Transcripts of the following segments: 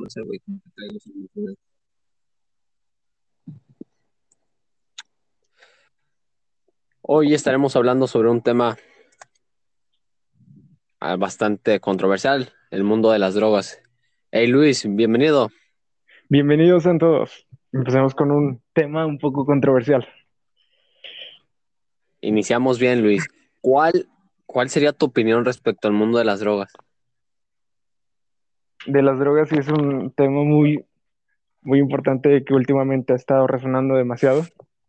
no sé, güey, como que traigo sus emociones. Hoy estaremos hablando sobre un tema bastante controversial, el mundo de las drogas. Hey Luis, bienvenido. Bienvenidos sean todos. Empecemos con un tema un poco controversial. Iniciamos bien, Luis. ¿Cuál sería tu opinión respecto al mundo de las drogas? De las drogas sí es un tema muy importante que últimamente ha estado resonando demasiado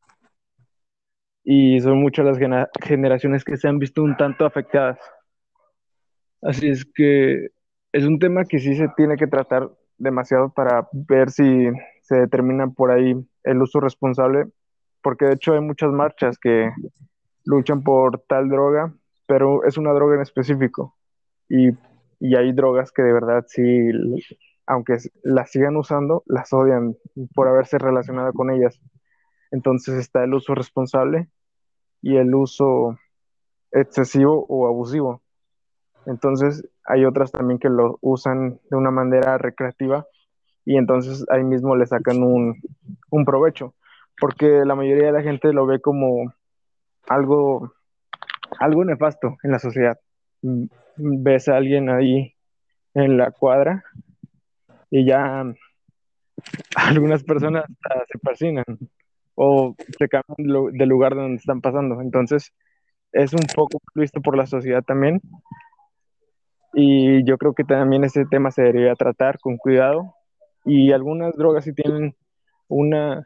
y son muchas las generaciones que se han visto un tanto afectadas. Así es que es un tema que sí se tiene que tratar demasiado para ver si se determina por ahí el uso responsable, porque de hecho hay muchas marchas que luchan por tal droga, pero es una droga en específico. Y, y hay drogas que de verdad sí, aunque las sigan usando, las odian por haberse relacionado con ellas. Entonces está el uso responsable y el uso excesivo o abusivo. Entonces hay otras también que lo usan de una manera recreativa y entonces ahí mismo le sacan un provecho, porque la mayoría de la gente lo ve como algo, algo nefasto en la sociedad. Ves a alguien ahí en la cuadra y ya algunas personas se persignan o se cambian del lugar donde están pasando. Entonces, es un poco visto por la sociedad también y yo creo que también ese tema se debería tratar con cuidado y algunas drogas sí tienen una,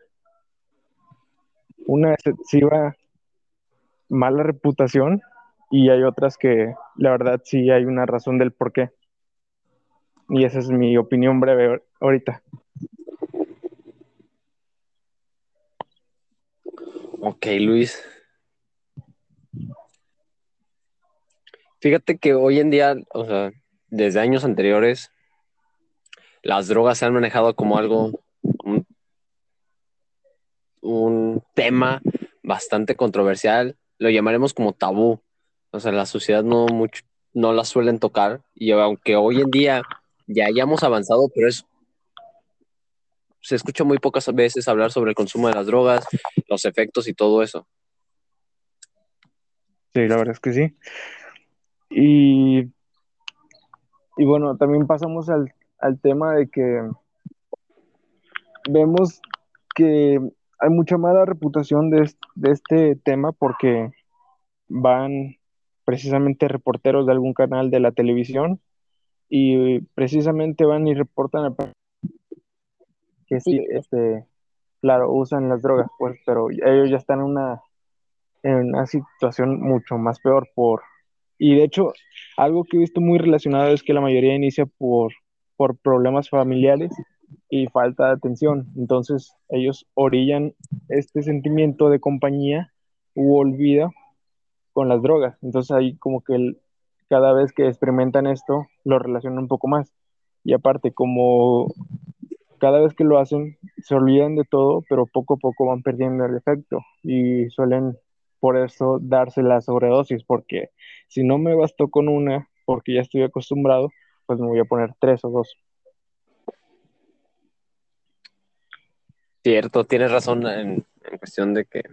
una excesiva mala reputación y hay otras que la verdad sí hay una razón del por qué. Y esa es mi opinión breve ahorita. Ok, Luis. Fíjate que hoy en día, o sea, desde años anteriores, las drogas se han manejado como un, un tema bastante controversial. Lo llamaremos como tabú. O sea, la sociedad no la suelen tocar. Y aunque hoy en día ya hayamos avanzado, pero se escucha muy pocas veces hablar sobre el consumo de las drogas, los efectos y todo eso. Sí, la verdad es que sí. Y, y bueno, también pasamos al tema de que vemos que hay mucha mala reputación de este tema porque van precisamente reporteros de algún canal de la televisión y precisamente van y reportan que sí, claro, usan las drogas, pues, pero ellos ya están en una situación mucho más peor y de hecho, algo que he visto muy relacionado es que la mayoría inicia por problemas familiares y falta de atención. Entonces, ellos orillan este sentimiento de compañía u olvido con las drogas. Entonces, ahí como que cada vez que experimentan esto, lo relacionan un poco más. Y aparte, como cada vez que lo hacen, se olvidan de todo, pero poco a poco van perdiendo el efecto y suelen por eso darse la sobredosis, porque si no me bastó con una, porque ya estoy acostumbrado, pues me voy a poner tres o dos. Cierto, tienes razón en cuestión de que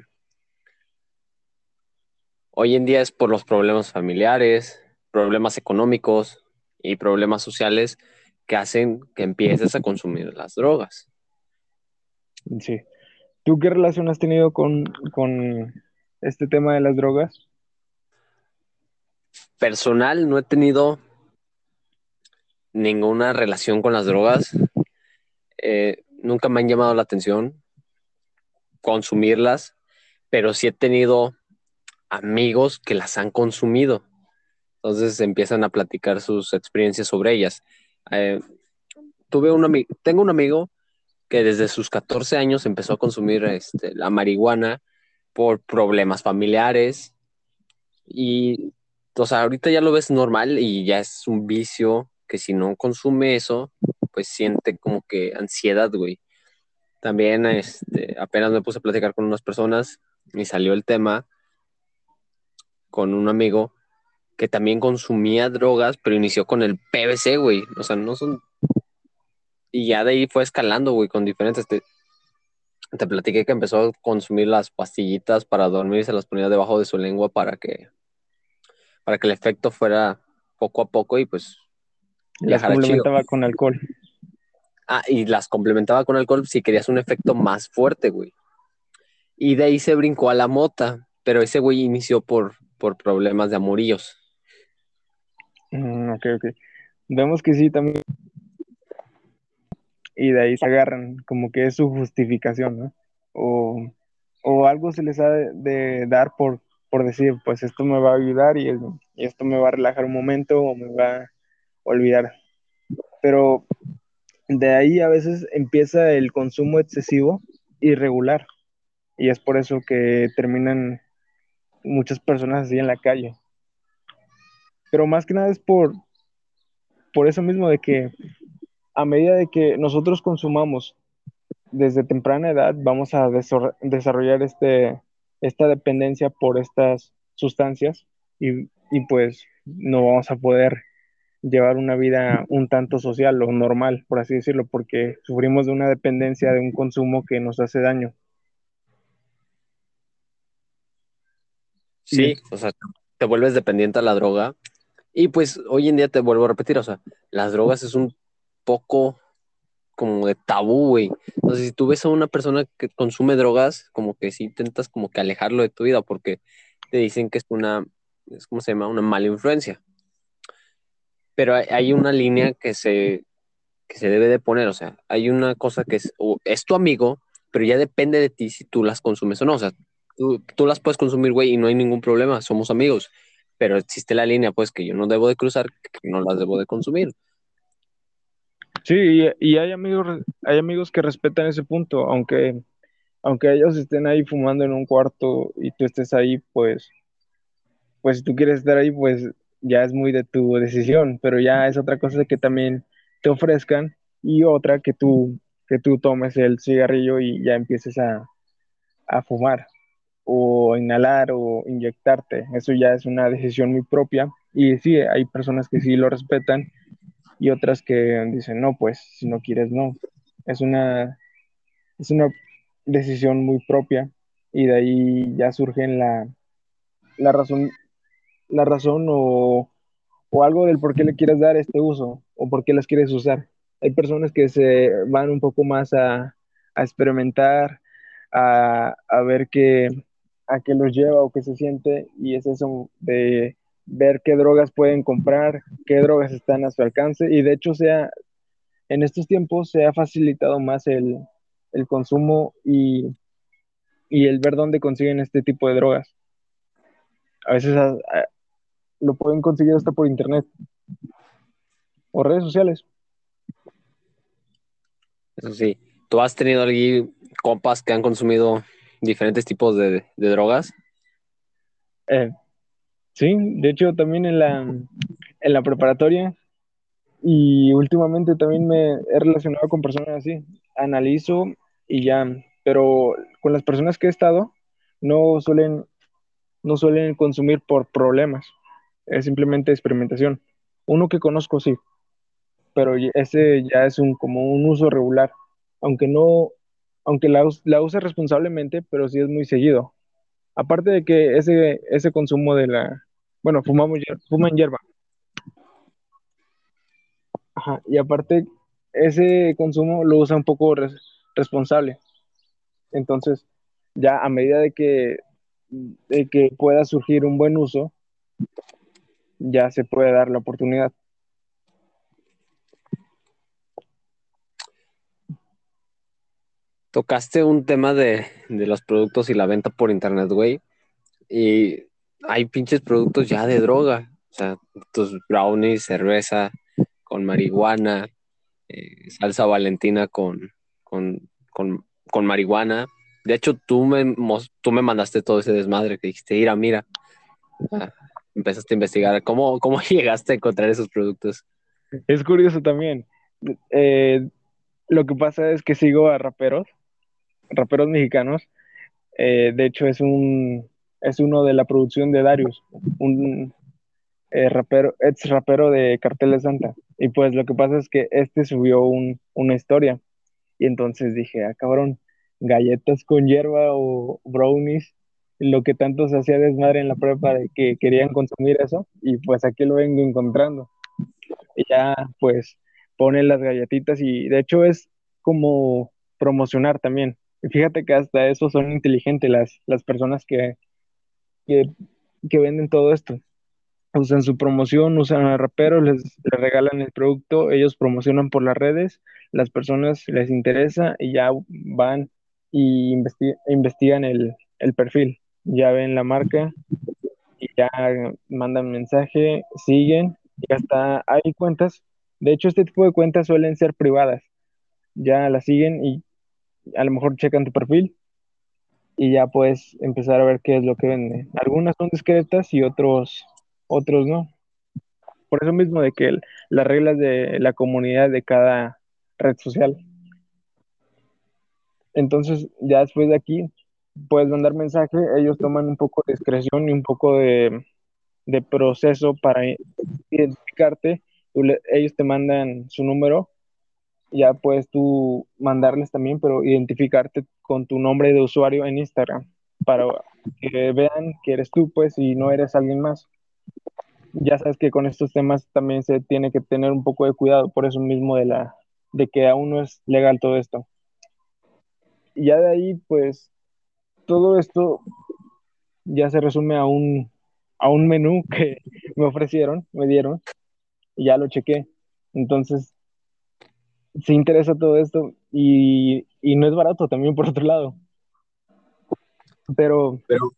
hoy en día es por los problemas familiares, problemas económicos y problemas sociales que hacen que empieces a consumir las drogas. Sí. ¿Tú qué relación has tenido con este tema de las drogas? Personal, no he tenido ninguna relación con las drogas. Nunca me han llamado la atención consumirlas, pero sí he tenido amigos que las han consumido. Entonces empiezan a platicar sus experiencias sobre ellas. Eh, tengo un amigo que desde sus 14 años empezó a consumir la marihuana por problemas familiares y, o sea, ahorita ya lo ves normal y ya es un vicio que si no consume eso, pues siente como que ansiedad, güey. También, apenas me puse a platicar con unas personas y salió el tema con un amigo que también consumía drogas, pero inició con el PVC, güey. O sea, no son Y ya de ahí fue escalando, güey, con diferentes. Te platiqué que empezó a consumir las pastillitas para dormir y se las ponía debajo de su lengua para que el efecto fuera poco a poco y pues Las viajara chido. complementaba con alcohol. Ah, y las complementaba con alcohol si querías un efecto más fuerte, güey. Y de ahí se brincó a la mota, pero ese güey inició por problemas de amoríos. Ok, ok. Vemos que sí también, y de ahí se agarran, como que es su justificación, ¿no? O, o algo se les ha de dar por decir, pues esto me va a ayudar y esto me va a relajar un momento o me va a olvidar. Pero de ahí a veces empieza el consumo excesivo irregular y es por eso que terminan muchas personas así en la calle. Pero más que nada es por eso mismo de que a medida de que nosotros consumamos desde temprana edad, vamos a desarrollar esta dependencia por estas sustancias y pues no vamos a poder llevar una vida un tanto social o normal, por así decirlo, porque sufrimos de una dependencia de un consumo que nos hace daño. Y Sí, o sea, te vuelves dependiente a la droga. Y pues hoy en día te vuelvo a repetir, o sea, las drogas es un poco como de tabú, güey. Entonces, si tú ves a una persona que consume drogas, como que sí intentas como que alejarlo de tu vida porque te dicen que es como se llama, una mala influencia. Pero hay una línea que se debe de poner, o sea, hay una cosa que es tu amigo, pero ya depende de ti si tú las consumes o no, o sea, tú las puedes consumir, güey, y no hay ningún problema, somos amigos, pero existe la línea, pues, que yo no debo de cruzar, que no las debo de consumir. sí, y hay amigos que respetan ese punto, aunque ellos estén ahí fumando en un cuarto y tú estés ahí, pues si tú quieres estar ahí, pues ya es muy de tu decisión, pero ya es otra cosa que también te ofrezcan y otra que tú tomes el cigarrillo y ya empieces a fumar o inhalar o inyectarte. Eso ya es una decisión muy propia y sí, hay personas que sí lo respetan y otras que dicen, no, pues si no quieres, no. Es es una decisión muy propia y de ahí ya surge la razón, la razón o algo del por qué le quieres dar este uso o por qué las quieres usar. Hay personas que se van un poco más a experimentar, a ver a qué los lleva o qué se siente, y es eso de ver qué drogas pueden comprar, qué drogas están a su alcance, y de hecho en estos tiempos se ha facilitado más el consumo y el ver dónde consiguen este tipo de drogas. A veces lo pueden conseguir hasta por internet o redes sociales. Eso sí, ¿tú has tenido allí compas que han consumido diferentes tipos de drogas? Eh, Sí, de hecho también en la preparatoria y últimamente también me he relacionado con personas así. Analizo y ya, pero con las personas que he estado no suelen, no suelen consumir por problemas, es simplemente experimentación. Uno que conozco sí, pero ese ya es como un uso regular, aunque no, aunque la use responsablemente, pero sí es muy seguido. Aparte de que ese consumo bueno, fuman hierba. Ajá, y aparte, ese consumo lo usa un poco responsable. Entonces, ya a medida de que pueda surgir un buen uso, ya se puede dar la oportunidad. Tocaste un tema de los productos y la venta por internet, güey. Y hay pinches productos ya de droga. O sea, tus brownies, cerveza con marihuana, salsa Valentina con marihuana. De hecho, tú me mandaste todo ese desmadre que dijiste, mira. Ah, empezaste a investigar. ¿Cómo llegaste a encontrar esos productos? Es curioso también. eh, lo que pasa es que sigo a raperos mexicanos. De hecho, es uno de la producción de Darius, un, ex rapero de Cartel de Santa. Y pues lo que pasa es que este subió una historia. Y entonces dije, ah, cabrón, galletas con hierba o brownies, lo que tanto se hacía desmadre en la prepa de que querían consumir eso. Y pues aquí lo vengo encontrando. Y ya pues ponen las galletitas y de hecho es como promocionar también. Y fíjate que hasta eso son inteligentes las personas que, que venden todo esto. Usan su promoción, usan a raperos, les regalan el producto, ellos promocionan por las redes, las personas les interesa y ya van y investigan el perfil, ya ven la marca y ya mandan mensaje, siguen y hasta hay cuentas. De hecho, este tipo de cuentas suelen ser privadas, ya la siguen y a lo mejor checan tu perfil y ya puedes empezar a ver qué es lo que venden. Algunas son discretas y otros no. Por eso mismo de que las reglas de la comunidad de cada red social. Entonces, ya después de aquí, puedes mandar mensaje, ellos toman un poco de discreción y un poco de proceso para identificarte. Ellos te mandan su número, ya puedes tú mandarles también, pero identificarte con tu nombre de usuario en Instagram para que vean que eres tú, pues, y no eres alguien más. Ya sabes que con estos temas también se tiene que tener un poco de cuidado, por eso mismo de que aún no es legal todo esto. Y ya de ahí, pues, todo esto ya se resume a un menú que me ofrecieron, me dieron, y ya lo chequé. Entonces, sí interesa todo esto y no es barato también por otro lado, pero, Pero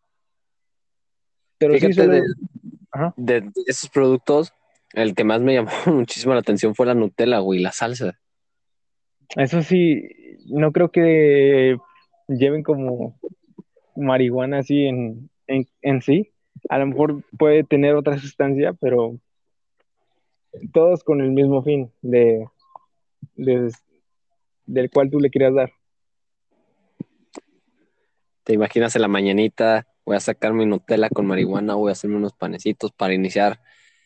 pero sí fíjate, solo, ajá, de esos productos, el que más me llamó muchísimo la atención fue la Nutella, güey, la salsa. eso sí, no creo que lleven como marihuana así en sí. A lo mejor puede tener otra sustancia, pero todos con el mismo fin de- del cual tú le querías dar. ¿Te imaginas en la mañanita? Voy a sacar mi Nutella con marihuana, voy a hacerme unos panecitos para iniciar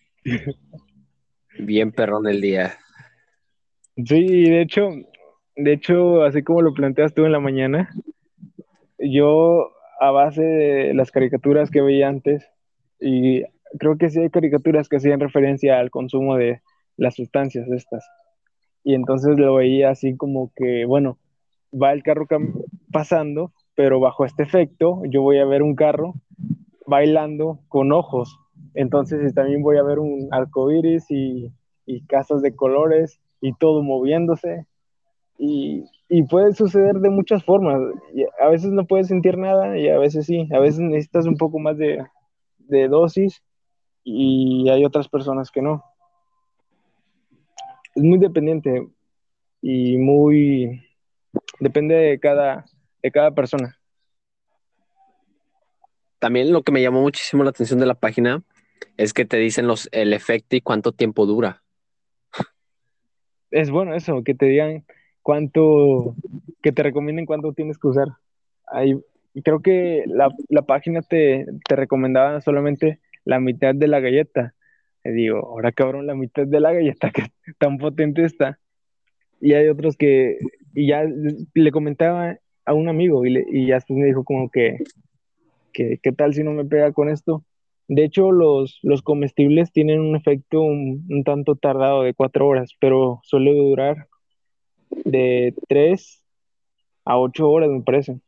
bien perrón el día. Sí, de hecho, así como lo planteas tú en la mañana, yo a base de las caricaturas que veía antes, y creo que sí hay caricaturas que hacían referencia al consumo de las sustancias estas. Y entonces lo veía así como que, bueno, va el carro pasando, pero bajo este efecto yo voy a ver un carro bailando con ojos. Entonces también voy a ver un arco iris y casas de colores y todo moviéndose. Y puede suceder de muchas formas. Y a veces no puedes sentir nada y a veces sí. A veces necesitas un poco más de dosis y hay otras personas que no. Es muy dependiente y muy depende de cada persona. También lo que me llamó muchísimo la atención de la página es que te dicen el efecto y cuánto tiempo dura. Es bueno eso, que te digan cuánto, que te recomienden cuánto tienes que usar. Ahí, y creo que la página te recomendaba solamente la mitad de la galleta. Y digo, ahora cabrón, la mitad de la galleta que tan potente está. Y hay otros y ya le comentaba a un amigo y ya después me dijo como que qué tal si no me pega con esto. De hecho, los comestibles tienen un efecto un tanto tardado de 4 horas, pero suele durar de 3 a 8 horas, me parece.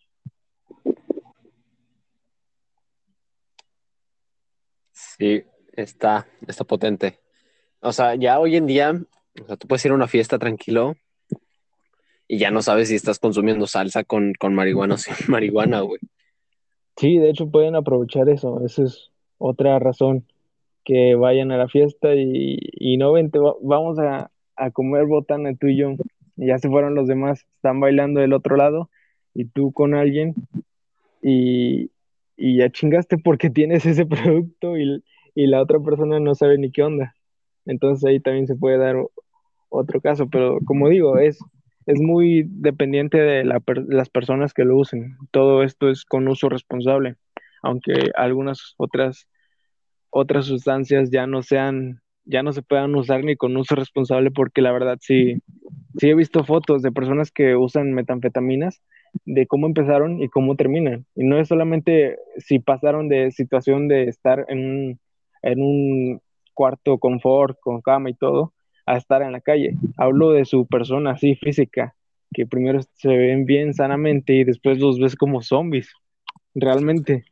Sí, está potente. O sea, ya hoy en día, o sea, tú puedes ir a una fiesta tranquilo y ya no sabes si estás consumiendo salsa con marihuana o sin marihuana, güey. Sí, de hecho pueden aprovechar eso. Esa es otra razón que vayan a la fiesta y no vente, vamos a comer botana tú y yo. Y ya se fueron los demás, están bailando del otro lado y tú con alguien y, y ya chingaste porque tienes ese producto y la otra persona no sabe ni qué onda. Entonces ahí también se puede dar otro caso, pero como digo, es muy dependiente de las personas que lo usen. Todo esto es con uso responsable, aunque algunas otras otras sustancias ya no se puedan usar ni con uso responsable, porque la verdad sí he visto fotos de personas que usan metanfetaminas, de cómo empezaron y cómo terminan. Y no es solamente si pasaron de situación de estar en un cuarto confort, con cama y todo, a estar en la calle. Hablo de su persona así física, que primero se ven bien sanamente y después los ves como zombies, realmente.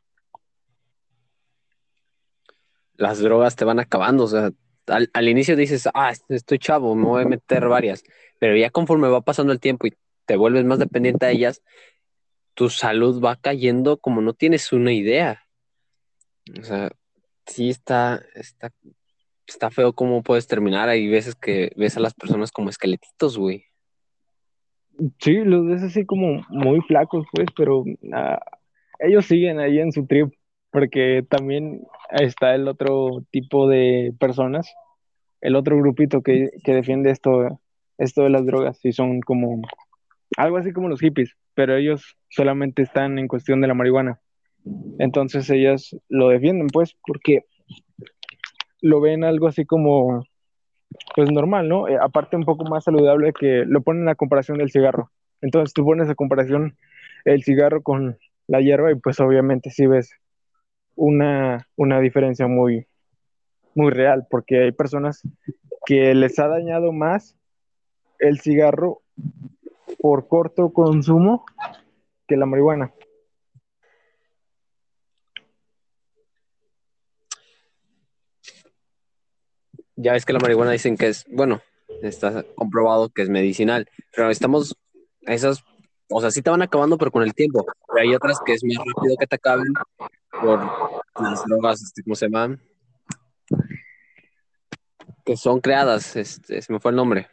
Las drogas te van acabando, o sea, al inicio dices, estoy chavo, me voy a meter varias, pero ya conforme va pasando el tiempo y te vuelves más dependiente de ellas, tu salud va cayendo como no tienes una idea. O sea, sí está feo cómo puedes terminar. Hay veces que ves a las personas como esqueletitos, güey. Sí, los ves así como muy flacos, pues, pero ah, ellos siguen ahí en su trip, porque también está el otro tipo de personas, el otro grupito que defiende esto de las drogas, y son como algo así como los hippies, pero ellos solamente están en cuestión de la marihuana. Entonces ellas lo defienden, pues, porque lo ven algo así como, pues normal, ¿no? Aparte un poco más saludable, que lo ponen en la comparación del cigarro. Entonces tú pones a comparación el cigarro con la hierba y pues obviamente sí ves una diferencia muy real, porque hay personas que les ha dañado más el cigarro por corto consumo que la marihuana. Ya ves que la marihuana dicen que es, bueno, está comprobado que es medicinal, pero esas, o sea, sí te van acabando, pero con el tiempo. Pero hay otras que es más rápido que te acaben por las drogas, ¿cómo se llaman? Que son creadas, se me fue el nombre.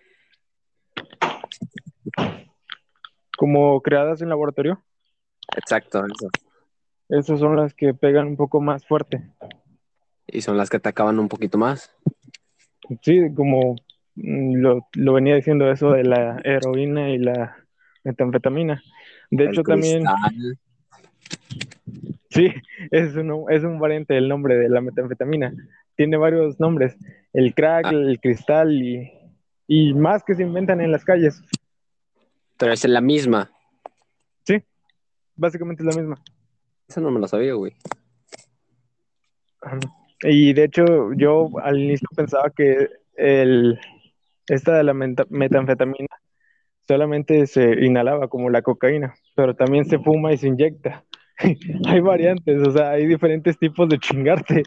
Como creadas en laboratorio, Exacto, eso. esas son las que pegan un poco más fuerte. Y son las que te acaban un poquito más. Sí, como lo venía diciendo eso de la heroína y la metanfetamina. De El hecho, también, cristal. sí, es un variante del nombre de la metanfetamina. Tiene varios nombres, el crack, Ah, el cristal y más que se inventan en las calles. pero es la misma. Sí, básicamente es la misma. Eso no me lo sabía, güey. Ajá. Y de hecho, yo al inicio pensaba que esta de la metanfetamina solamente se inhalaba como la cocaína, pero también se fuma y se inyecta. Hay variantes, o sea, hay diferentes tipos de chingarte.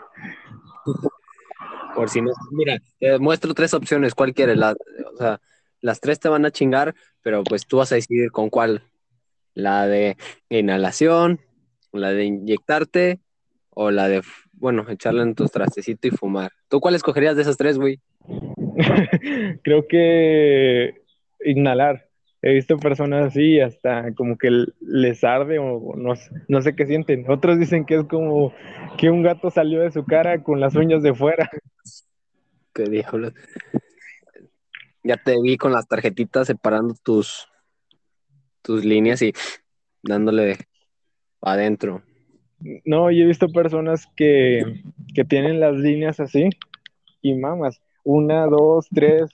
Por si no, mira, te muestro tres opciones, ¿cuál quieres? O sea, las tres te van a chingar, pero pues tú vas a decidir con cuál. La de inhalación, la de inyectarte o la de, bueno, echarla en tus trastecito y fumar. ¿Tú cuál escogerías de esas tres, güey? Creo que inhalar. He visto personas así, hasta como que les arde o no sé qué sienten. Otros dicen que es como que un gato salió de su cara con las uñas de fuera. ¿Qué diablos? Ya te vi con las tarjetitas separando tus líneas y dándole adentro. No, y he visto personas que tienen las líneas así y mamas, una, dos, tres.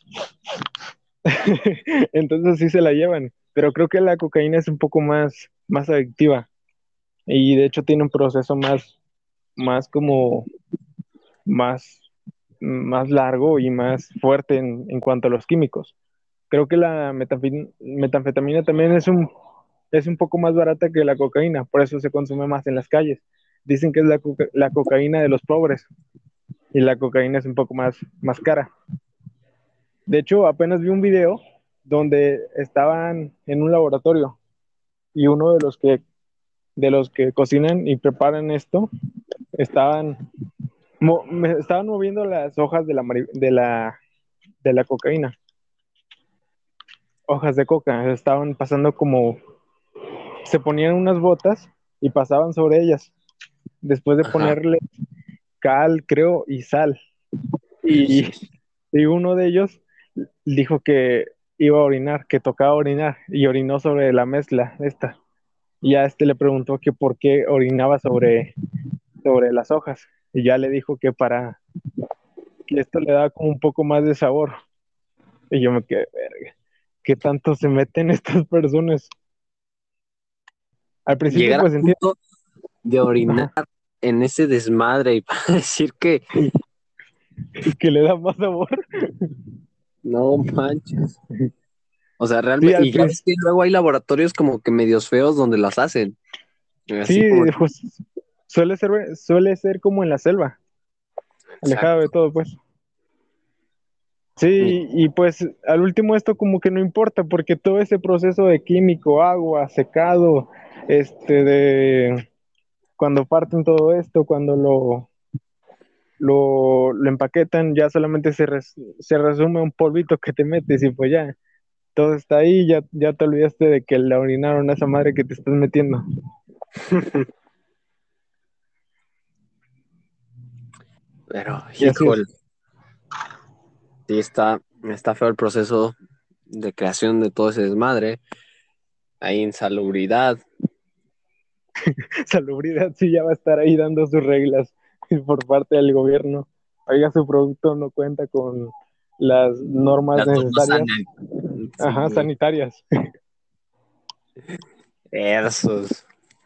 Entonces sí se la llevan. Pero creo que la cocaína es un poco más adictiva y de hecho tiene un proceso más como más, más largo y más fuerte en cuanto a los químicos. Creo que la metanfetamina también es un poco más barata que la cocaína, por eso se consume más en las calles. Dicen que es la cocaína de los pobres y la cocaína es un poco más cara. De hecho, apenas vi un video donde estaban en un laboratorio y uno de los que cocinan y preparan esto me estaban moviendo las hojas de la cocaína, hojas de coca, estaban pasando como, se ponían unas botas y pasaban sobre ellas, después de Ajá. ponerle cal, creo, y sal. Y, y uno de ellos dijo que iba a orinar, que tocaba orinar, y orinó sobre la mezcla esta. Y a este le preguntó que por qué orinaba sobre las hojas. y ya le dijo que para que esto le da como un poco más de sabor. Y yo me quedé, verga, ¿qué tanto se meten estas personas? Al principio Llegar al pues entiendo, punto de orinar ajá, en ese desmadre y para decir que que le da más sabor. no manches. O sea, Sí, realmente, al y ya ves principio, que luego hay laboratorios como que medios feos donde las hacen. Así sí, como, pues suele ser como en la selva, alejado de exacto. todo, pues. Y Sí, y pues al último esto como que no importa, porque todo ese proceso de químico, agua, secado, de cuando parten todo esto, cuando lo empaquetan, ya solamente se resume a un polvito que te metes y pues ya, todo está ahí, ya te olvidaste de que la orinaron a esa madre que te estás metiendo. pero, Y así es. híjole, sí está feo el proceso de creación de todo ese desmadre. Hay insalubridad. Salubridad sí ya va a estar ahí dando sus reglas por parte del gobierno. Oiga, su producto no cuenta con las normas Las normas necesarias, ajá, sí, sanitarias. esos.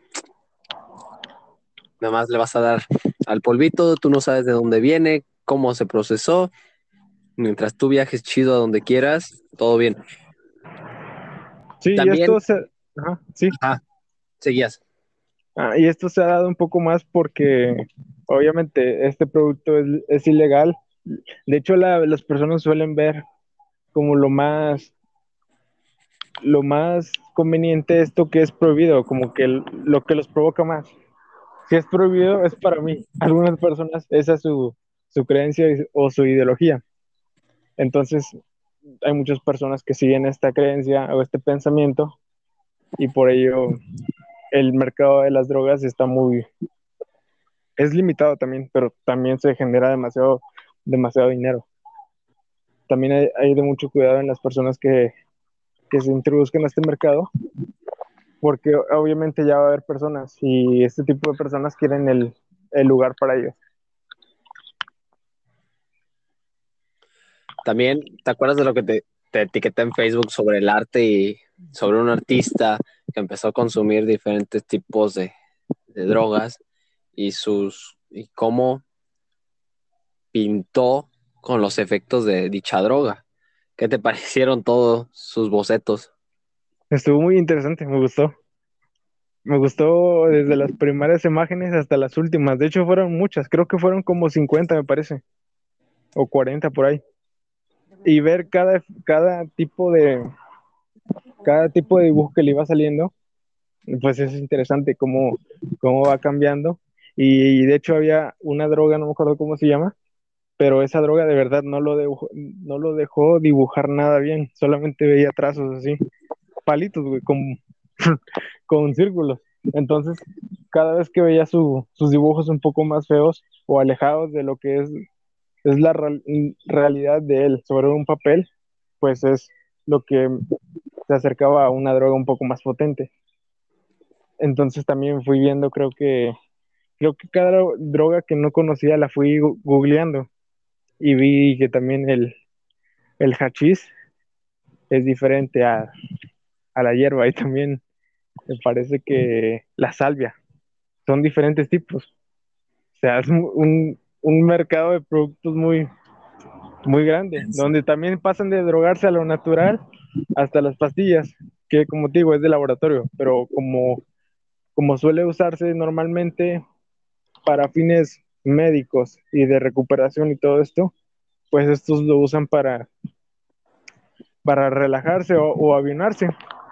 Nada más le vas a dar al polvito, tú no sabes de dónde viene, cómo se procesó. Mientras tú viajes chido a donde quieras, todo bien. Sí, y También, ajá, sí. ajá, seguías. Y esto se ha dado un poco más porque obviamente este producto es ilegal. De hecho, las personas suelen ver como lo más conveniente esto que es prohibido, como que lo que los provoca más. Si es prohibido, es para mí. Algunas personas, esa es su creencia o su ideología. Entonces, hay muchas personas que siguen esta creencia o este pensamiento y por ello el mercado de las drogas es limitado también, pero también se genera demasiado, demasiado dinero. También hay de mucho cuidado en las personas que se introduzcan a este mercado, porque obviamente ya va a haber personas y este tipo de personas quieren el lugar para ellos. También, ¿te acuerdas de lo que te etiqueté en Facebook sobre el arte y sobre un artista que empezó a consumir diferentes tipos de drogas y cómo pintó con los efectos de dicha droga? ¿Qué te parecieron todos sus bocetos? Estuvo muy interesante, me gustó. Me gustó desde las primeras imágenes hasta las últimas. De hecho, fueron muchas. Creo que fueron como 50, me parece. O 40 por ahí. Y ver cada tipo de dibujo que le iba saliendo, pues es interesante cómo va cambiando. Y de hecho había una droga, no me acuerdo cómo se llama, pero esa droga de verdad no lo dejó dibujar nada bien. Solamente veía trazos así, palitos, güey, con círculos. Entonces, cada vez que veía sus dibujos un poco más feos o alejados de lo que es la realidad de él sobre un papel, pues es lo que se acercaba a una droga un poco más potente. Entonces también fui viendo, creo que cada droga que no conocía la fui googleando y vi que también el hachís es diferente a la hierba y también me parece que la salvia son diferentes tipos. O sea, es un mercado de productos muy, muy grande, donde también pasan de drogarse a lo natural hasta las pastillas, que como te digo es de laboratorio, pero como suele usarse normalmente para fines médicos y de recuperación y todo esto, pues estos lo usan para relajarse o avionarse.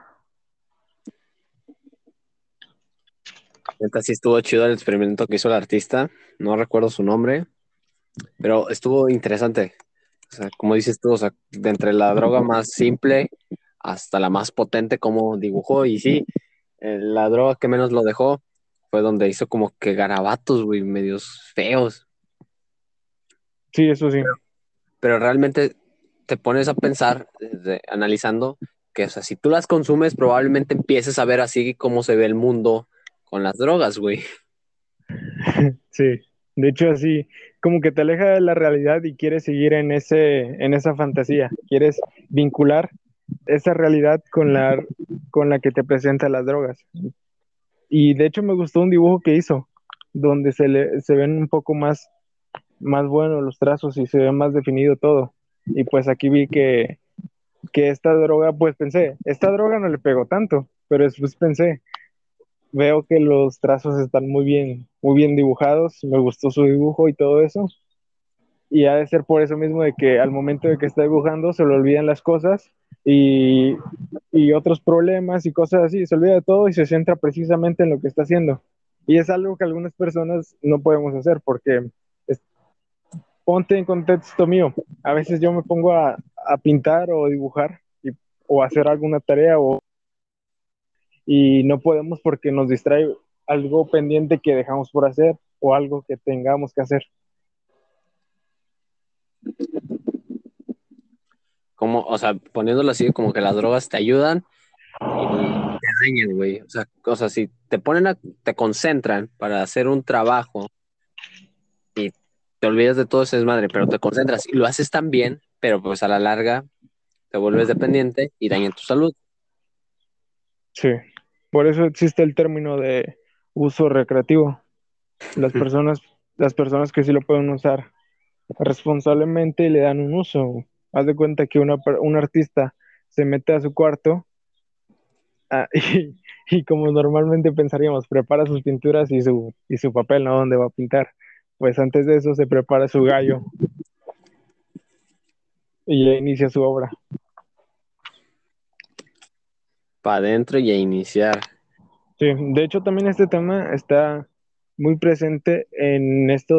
Neta, sí estuvo chido el experimento que hizo el artista. No recuerdo su nombre, pero estuvo interesante. O sea, como dices tú, o sea, de entre la droga más simple hasta la más potente, como dibujó. Y sí, la droga que menos lo dejó fue donde hizo como que garabatos, güey, medios feos. Sí, eso sí. Pero realmente te pones a pensar, analizando, que, o sea, si tú las consumes, probablemente empieces a ver así cómo se ve el mundo con las drogas, güey. Sí. De hecho, así como que te aleja de la realidad y quieres seguir en esa fantasía. Quieres vincular esa realidad con la que te presenta las drogas. Y de hecho me gustó un dibujo que hizo, donde se ven un poco más buenos los trazos y se ve más definido todo. Y pues aquí vi que esta droga, pues pensé, esta droga no le pegó tanto, pero después pensé, veo que los trazos están muy bien dibujados, me gustó su dibujo y todo eso, y ha de ser por eso mismo de que al momento de que está dibujando se le olvidan las cosas y, y otros problemas y cosas así, se olvida de todo y se centra precisamente en lo que está haciendo. Y es algo que algunas personas no podemos hacer porque es- ponte en contexto mío, a veces yo me pongo a pintar o dibujar o hacer alguna tarea y no podemos porque nos distrae algo pendiente que dejamos por hacer o algo que tengamos que hacer. Como, o sea, poniéndolo así, como que las drogas te ayudan y te dañan, güey. O sea, si te ponen te concentran para hacer un trabajo y te olvidas de todo ese desmadre, pero te concentras y lo haces tan bien, pero pues a la larga te vuelves dependiente y dañan tu salud. Sí, por eso existe el término de uso recreativo. Las personas, las personas que sí lo pueden usar responsablemente le dan un uso. Haz de cuenta que un artista se mete a su cuarto y como normalmente pensaríamos, prepara sus pinturas y su papel, ¿no? Donde va a pintar. Pues antes de eso se prepara su gallo y ya inicia su obra. Para adentro y a iniciar. Sí, de hecho también este tema está muy presente en esto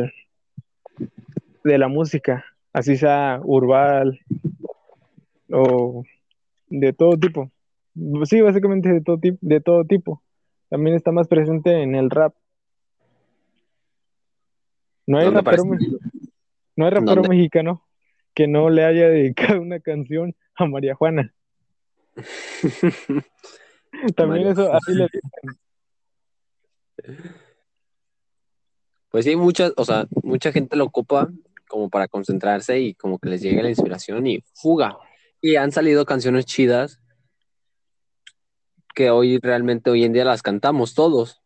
de la música, así sea urbal o de todo tipo. Sí, básicamente de todo tipo. También está más presente en el rap. No hay ¿Dónde rapero, parece? no hay rapero ¿Dónde? mexicano que no le haya dedicado una canción a María Juana. También María. eso, así le dicen. Pues sí, o sea, mucha gente lo ocupa como para concentrarse y como que les llegue la inspiración y fuga. Y han salido canciones chidas que hoy en día las cantamos todos.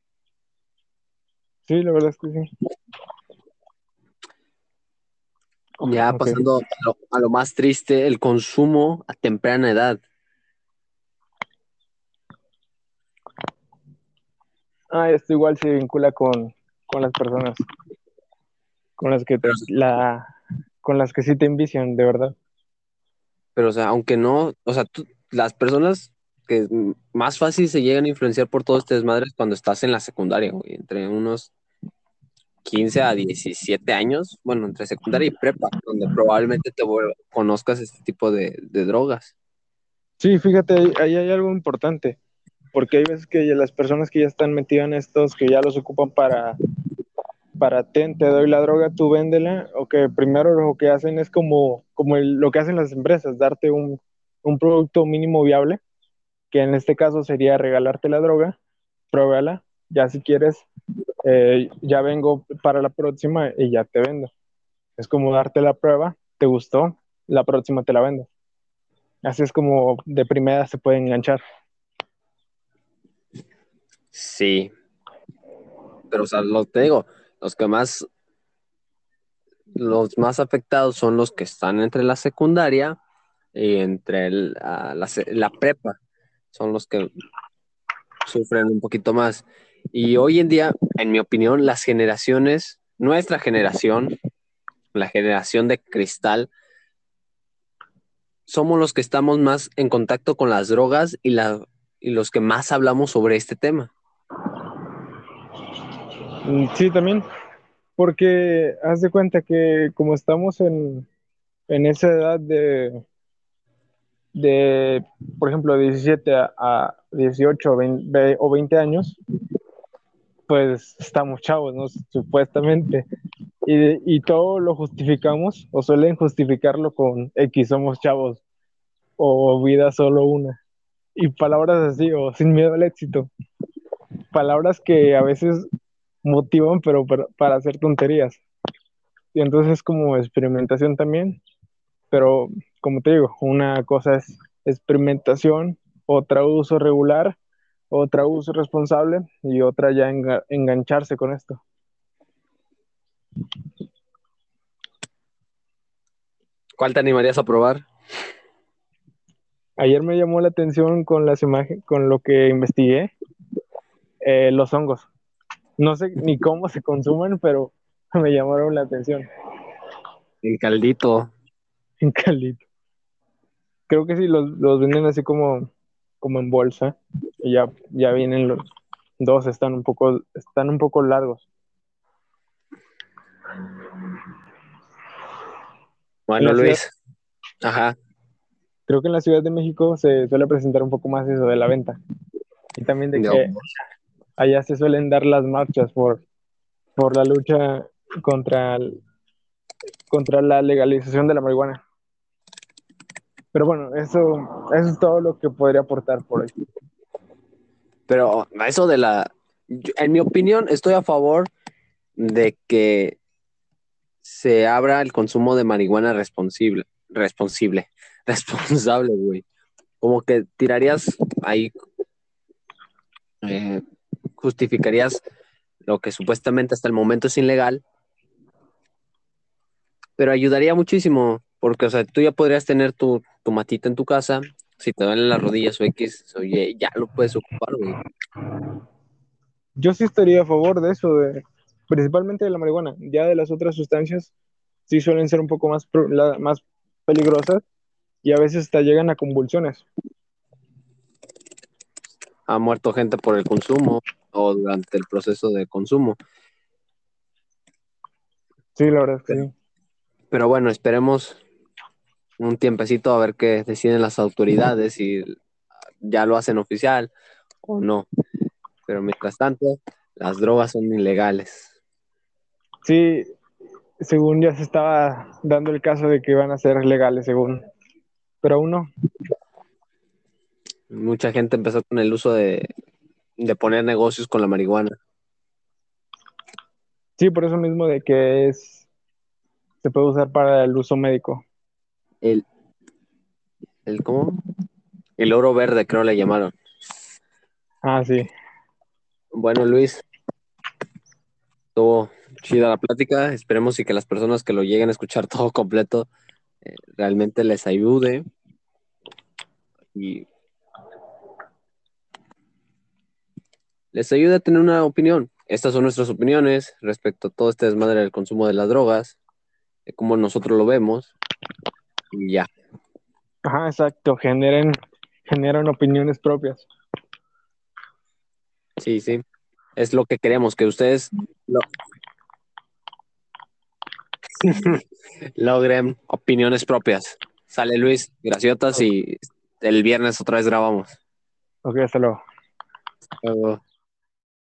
Sí, la verdad es que sí. Ya Ok. pasando a lo más triste, el consumo a temprana edad. Ah, esto igual se vincula con las personas, con las que Pero, con las que sí te envician, de verdad. pero, o sea, aunque no, o sea, las personas que más fácil se llegan a influenciar por todo este desmadre es cuando estás en la secundaria, güey, entre unos 15 a 17 años, bueno, entre secundaria y prepa, donde probablemente conozcas este tipo de drogas. Sí, fíjate, ahí hay algo importante, porque hay veces que las personas que ya están metidas en estos, que ya los ocupan para te doy la droga, tú véndela, o que primero lo que hacen es como lo que hacen las empresas, darte un producto mínimo viable, que en este caso sería regalarte la droga, pruébala, ya si quieres, ya vengo para la próxima y ya te vendo. Es como darte la prueba, te gustó, la próxima te la vendo. Así es como de primera se puede enganchar. Sí, pero o sea, lo te digo, los que más, los más afectados son los que están entre la secundaria y entre la prepa, son los que sufren un poquito más. Y hoy en día, en mi opinión, las generaciones, nuestra generación, la generación de cristal, somos los que estamos más en contacto con las drogas y los que más hablamos sobre este tema. Sí, también, porque haz de cuenta que como estamos en esa edad de, por ejemplo, 17 a 18 o 20 años, pues estamos chavos, ¿no? Supuestamente. Y todo lo justificamos o suelen justificarlo con X, somos chavos o vida solo una. Y palabras así, o sin miedo al éxito. Palabras que a veces motivan, pero para hacer tonterías. Y entonces es como experimentación también, pero como te digo, una cosa es experimentación, otra uso regular, otra uso responsable y otra ya engancharse con esto. ¿Cuál te animarías a probar? Ayer me llamó la atención con las imágenes, con lo que investigué, los hongos. No sé ni cómo se consumen, pero me llamaron la atención El caldito. en caldito. Creo que sí, los venden así como en bolsa y ya vienen los dos, están un poco largos. En Bueno, la ciudad, Luis. Ajá. creo que en la Ciudad de México se suele presentar un poco más eso de la venta y también de No. que allá se suelen dar las marchas por la lucha contra, contra la legalización de la marihuana. Pero bueno, eso es todo lo que podría aportar por hoy. Pero eso de en mi opinión, estoy a favor de que se abra el consumo de marihuana responsable, güey. Como que tirarías ahí, eh, justificarías lo que supuestamente hasta el momento es ilegal, pero ayudaría muchísimo, porque, o sea, tú ya podrías tener tu matita en tu casa, si te duelen las rodillas o X, oye, ya lo puedes ocupar, güey. Yo sí estaría a favor de eso, principalmente de la marihuana. Ya de las otras sustancias sí suelen ser un poco más peligrosas y a veces hasta llegan a convulsiones. Ha muerto gente por el consumo o durante el proceso de consumo. Sí, la verdad es que Pero, sí. pero bueno, esperemos un tiempecito a ver qué deciden las autoridades, si ya lo hacen oficial o no. Pero mientras tanto, las drogas son ilegales. Sí, según ya se estaba dando el caso de que iban a ser legales, según, pero aún no. Mucha gente empezó con el uso de poner negocios con la marihuana. Sí, por eso mismo de que se puede usar para el uso médico. El, ¿cómo? El oro verde, creo le llamaron. Ah, sí. Bueno, Luis, estuvo chida la plática. Esperemos y que las personas que lo lleguen a escuchar todo completo realmente les ayude y les ayude a tener una opinión. Estas son nuestras opiniones respecto a todo este desmadre del consumo de las drogas, de cómo nosotros lo vemos y ya. Ajá, exacto. Generan opiniones propias. Sí, sí. Es lo que queremos, que ustedes logren opiniones propias. Sale Luis, graciotas y el viernes otra vez grabamos. Ok, hasta luego. Luego.